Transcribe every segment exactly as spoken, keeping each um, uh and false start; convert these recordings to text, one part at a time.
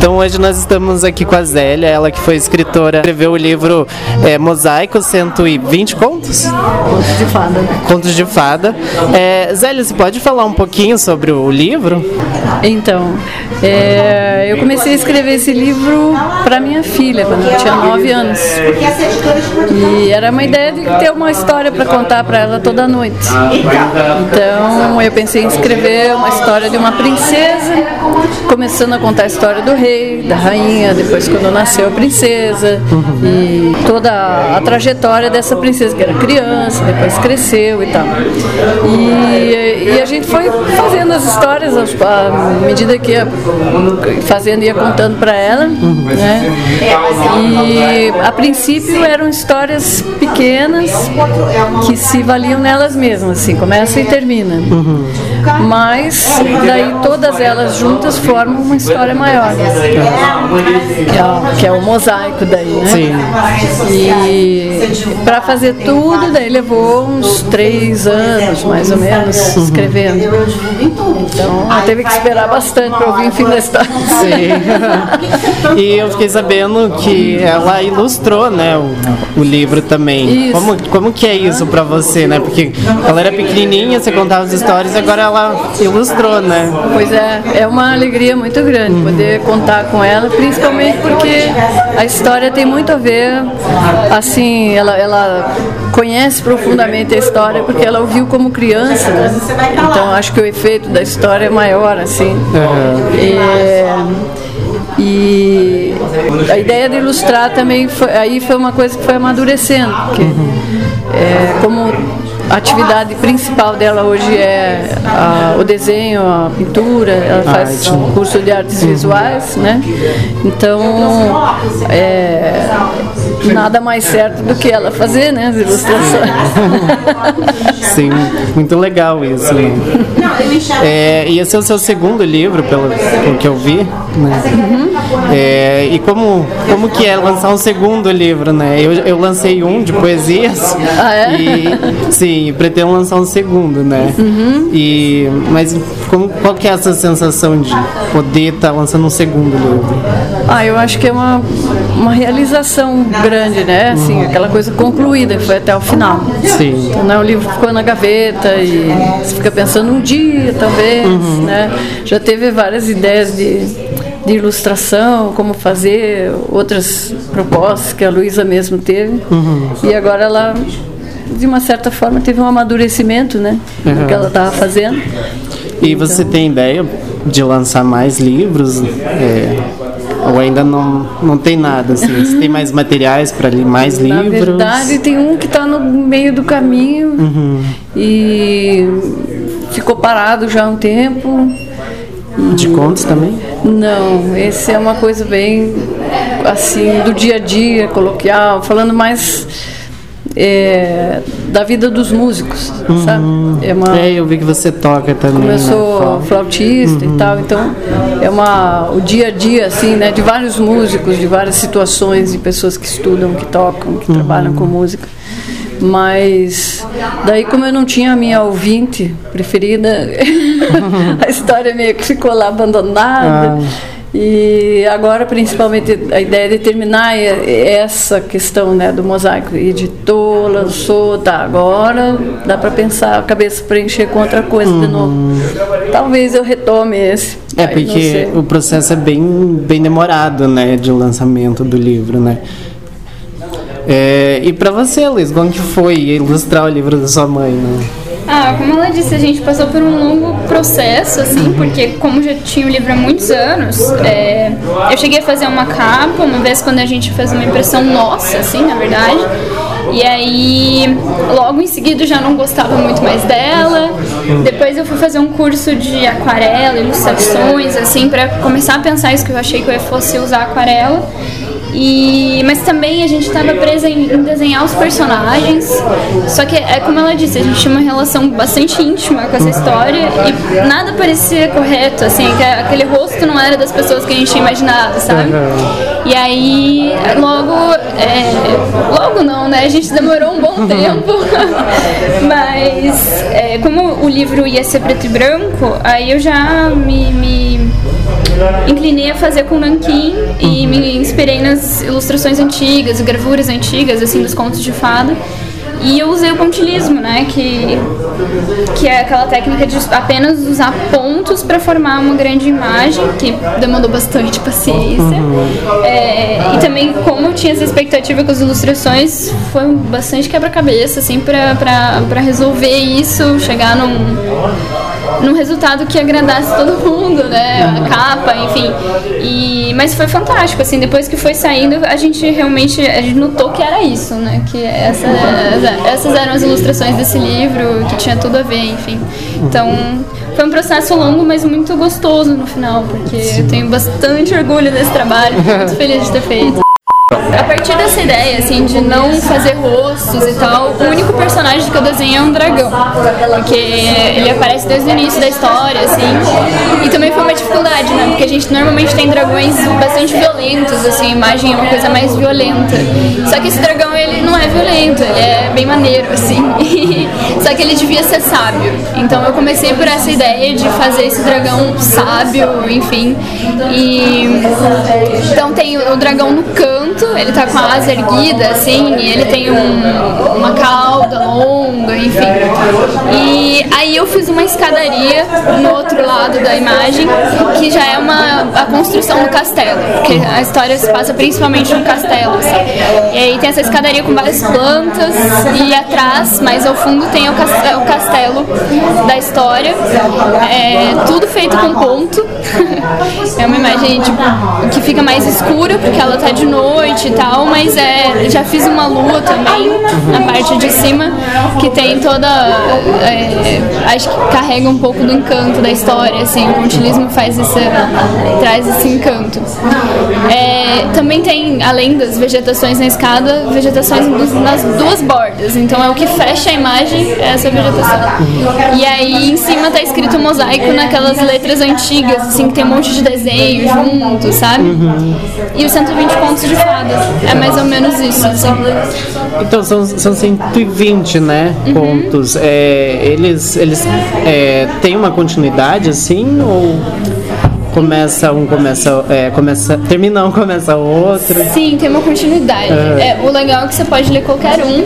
Então hoje nós estamos aqui com a Zélia, ela que foi escritora, escreveu o livro é, Mosaico, cento e vinte contos? Contos de fada. Contos de fada. É, Zélia, você pode falar um pouquinho sobre o livro? Então, é, eu comecei a escrever esse livro para minha filha, quando ela tinha nove anos. E era uma ideia de ter uma história para contar para ela toda noite. Então, eu pensei em escrever uma história de uma princesa, começando a contar a história do rei, da rainha, depois quando nasceu a princesa, e toda a trajetória dessa princesa, que era criança, depois cresceu e tal. E, e a gente foi fazendo as histórias à medida que ia fazendo, ia contando para ela, né? E a princípio eram histórias pequenas que se valiam nelas mesmas, assim, começa e termina. Mas daí todas elas juntas formam uma história maior, que é, que é o mosaico daí, né? Sim. E para fazer tudo daí levou uns três anos mais ou menos escrevendo. Então teve que esperar bastante para ouvir o fim da história. Sim. E eu fiquei sabendo que ela ilustrou, né, o, o livro também. Isso. Como, como que é isso para você, né? Porque ela era pequenininha, você contava as histórias e agora ela ilustrou, né? Pois é, é uma alegria muito grande poder contar com ela, principalmente porque a história tem muito a ver, assim, ela, ela conhece profundamente a história porque ela ouviu como criança, né? Então acho que o efeito da história é maior, assim. Uhum. E, e a ideia de ilustrar também foi, aí foi uma coisa que foi amadurecendo, porque é, como a atividade principal dela hoje é a, o desenho, a pintura, ela faz um curso de artes visuais, né? Então, é, nada mais certo do que ela fazer, né, as ilustrações. Sim, muito legal isso, né? É, e esse é o seu segundo livro, pelo, pelo que eu vi, né? Uhum. É, e como, como que é lançar um segundo livro, né? Eu, eu lancei um de poesias. Ah, é? E, sim, pretendo lançar um segundo, né? Uhum. E, mas como, qual que é essa sensação de poder estar tá lançando um segundo livro? Ah, eu acho que é uma, uma realização grande, né? Assim, aquela coisa concluída, que foi até o final. Sim. Então, né, o livro ficou na gaveta e você fica pensando um dia, talvez, uhum. né? Já teve várias ideias de, de ilustração, como fazer, outras propostas que a Luísa mesmo teve. Uhum. E agora ela, de uma certa forma, teve um amadurecimento, né? Uhum. Do que ela estava fazendo. E então, você tem ideia de lançar mais livros? É, ou ainda não, não tem nada, assim? Você tem mais materiais para ler mais Na livros? Na verdade, tem um que está no meio do caminho uhum. e ficou parado já há um tempo. De contos também? Não, esse é uma coisa bem, assim, do dia a dia, coloquial, falando mais é, da vida dos músicos, uhum. sabe? É, uma, é, eu vi que você toca também. Como eu sou né? flautista uhum. e tal, então é uma, o dia a dia, assim, né, de vários músicos, de várias situações, de pessoas que estudam, que tocam, que uhum. trabalham com música. Mas daí, como eu não tinha a minha ouvinte preferida, a história meio que ficou lá abandonada. Ah. E agora, principalmente, a ideia de terminar essa questão, né, do mosaico. Editou, lançou, tá, agora dá para pensar, a cabeça preencher com outra coisa uhum. de novo. Talvez eu retome esse. É, porque o processo é bem, bem demorado, né, de lançamento do livro, né? É, e pra você, Luiz, como que foi ilustrar o livro da sua mãe, né? Ah, como ela disse, a gente passou por um longo processo, assim, porque como já tinha o livro há muitos anos, é, eu cheguei a fazer uma capa, uma vez quando a gente fez uma impressão nossa, assim, na verdade, e aí logo em seguida eu já não gostava muito mais dela, depois eu fui fazer um curso de aquarela, ilustrações, assim, pra começar a pensar isso, que eu achei que eu fosse usar aquarela. E, mas também a gente estava presa em, em desenhar os personagens. Só que é como ela disse, a gente tinha uma relação bastante íntima com essa história e nada parecia correto, assim, que aquele rosto não era das pessoas que a gente tinha imaginado, sabe? E aí logo é, logo não, né? A gente demorou um bom tempo. Mas é, como o livro ia ser preto e branco, aí eu já me, me inclinei a fazer com nanquim e me inspirei nas ilustrações antigas, gravuras antigas, assim, dos contos de fada. E eu usei o pontilhismo, né, que, que é aquela técnica de apenas usar pontos para formar uma grande imagem, que demandou bastante paciência. Uhum. É, e também, como eu tinha essa expectativa com as ilustrações, foi bastante quebra-cabeça, assim, para resolver isso, chegar num, num resultado que agradasse todo mundo, né, a capa, enfim. E, mas foi fantástico, assim, depois que foi saindo, a gente realmente a gente notou que era isso, né, que essa... essas eram as ilustrações desse livro, que tinha tudo a ver, enfim. Então, foi um processo longo, mas muito gostoso no final, porque Sim. eu tenho bastante orgulho desse trabalho, muito feliz de ter feito. A partir dessa ideia, assim, de não fazer rostos e tal, o único personagem que eu desenho é um dragão, porque ele aparece desde o início da história, assim, e também foi uma dificuldade, né, porque a gente normalmente tem dragões bastante violentos, assim, a imagem é uma coisa mais violenta, só que esse dragão, ele não é violento, ele é bem maneiro, assim, só que ele devia ser sábio, então eu comecei por essa ideia de fazer esse dragão sábio, enfim, e então tem o dragão no canto, ele tá com a asa erguida, assim, e ele tem um, uma cauda longa, enfim. E aí eu fiz uma escadaria no outro lado da imagem, que já é uma, a construção do castelo, porque a história se passa principalmente no castelo, assim. E aí tem essa escadaria com várias plantas, e atrás, mais ao fundo, tem o castelo, o castelo da história. É tudo feito com ponto. É uma imagem, tipo, que fica mais escura, porque ela tá de noite e tal, mas é, já fiz uma lua também na parte de cima, que tem toda, é, acho que carrega um pouco do encanto da história, assim, o pontilhismo faz esse, traz esse encanto. É, também tem, além das vegetações na escada, vegetações nas duas bordas, então é o que fecha a imagem, é essa vegetação. E aí em cima tá escrito mosaico naquelas letras antigas, assim, que tem um monte de desenho junto, sabe? Uhum. E os cento e vinte contos de fadas. É mais ou menos isso, assim. Então são, são cento e vinte, né, uhum. contos. É, eles eles é, têm uma continuidade, assim, ou começa um, começa, é, começa, termina um, começa o outro? Sim, tem uma continuidade. Uhum. É, o legal é que você pode ler qualquer um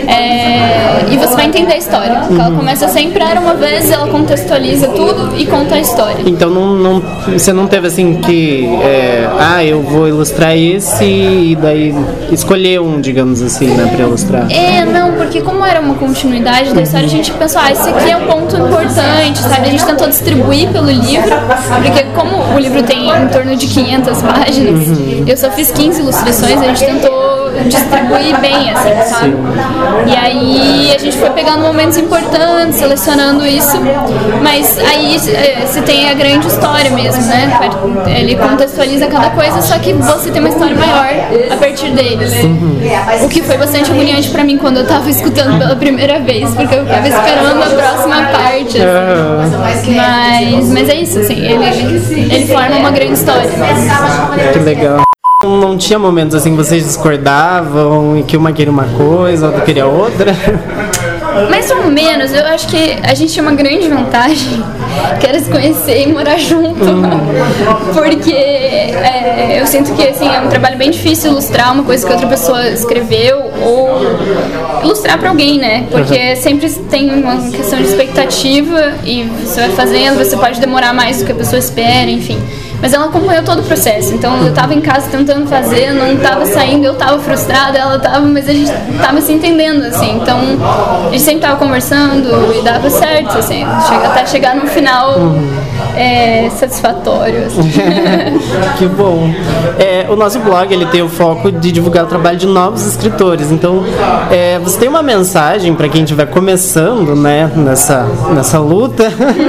é, e você vai entender a história. Porque uhum. ela começa sempre, era uma vez, ela contextualiza tudo e conta a história. Então não, não, você não teve assim que, é, ah, eu vou ilustrar esse e daí escolher um, digamos assim, né, pra ilustrar? É, não, porque como era uma continuidade da história, a gente pensou, ah, esse aqui é um ponto importante, sabe? A gente tentou distribuir pelo livro, porque como o livro tem em torno de quinhentas páginas, uhum. eu só fiz quinze ilustrações, a gente tentou distribuir bem, assim, sabe? E aí a gente foi pegando momentos importantes, selecionando isso, mas aí você tem a grande história mesmo, né? Ele contextualiza cada coisa, só que você tem uma história maior a partir deles. Uhum. O que foi bastante agoniante pra mim quando eu tava escutando pela primeira vez, porque eu tava esperando a próxima parte, assim. Mas, mas é isso, assim, ele, ele forma uma grande história. Que legal. Não tinha momentos assim que vocês discordavam e que uma queria uma coisa, outra queria outra? Mais ou menos, eu acho que a gente tinha uma grande vantagem, que era se conhecer e morar junto. Uhum. Porque é, eu sinto que assim, é um trabalho bem difícil ilustrar uma coisa que outra pessoa escreveu ou ilustrar pra alguém, né? Porque uhum. sempre tem uma questão de expectativa e você vai fazendo, você pode demorar mais do que a pessoa espera, enfim. Mas ela acompanhou todo o processo, então eu tava em casa tentando fazer, não tava saindo, eu tava frustrada, ela tava, mas a gente tava se entendendo, assim, então a gente sempre tava conversando e dava certo, assim, chega, até chegar no final é, satisfatório, assim. Que bom. É, o nosso blog, ele tem o foco de divulgar o trabalho de novos escritores, então é, você tem uma mensagem para quem estiver começando, né, nessa, nessa luta?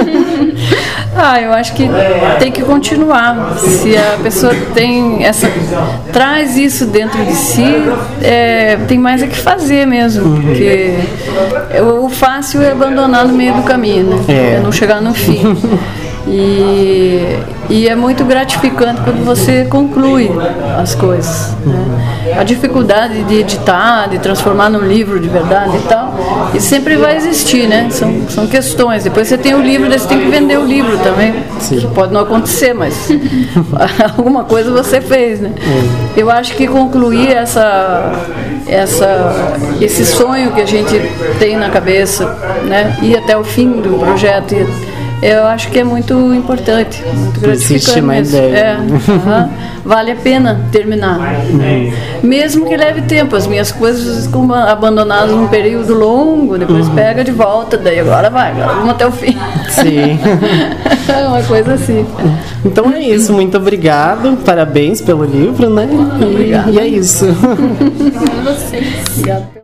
Ah, eu acho que tem que continuar. Se a pessoa tem essa, traz isso dentro de si, é, tem mais é que fazer mesmo, uhum. porque o fácil é abandonar no meio do caminho, né? É. É não chegar no fim. E, e é muito gratificante quando você conclui as coisas, né? A dificuldade de editar, de transformar num livro de verdade e tal, e sempre vai existir, né? São, são questões. Depois você tem o livro, daí você tem que vender o livro também. Sim. Pode não acontecer, mas alguma coisa você fez, né? É. Eu acho que concluir essa, essa, esse sonho que a gente tem na cabeça, né? Ir até o fim do projeto, eu acho que é muito importante, muito gratificante. Existe uma ideia. É, uh-huh. Vale a pena terminar. Uhum. Mesmo que leve tempo, as minhas coisas ficam abandonadas num período longo, depois uhum. pega de volta, daí agora vai, agora vamos até o fim. Sim. Uma coisa assim. Então é isso, muito obrigado, parabéns pelo livro, né? Obrigada. E é isso. Obrigada a vocês. Obrigada.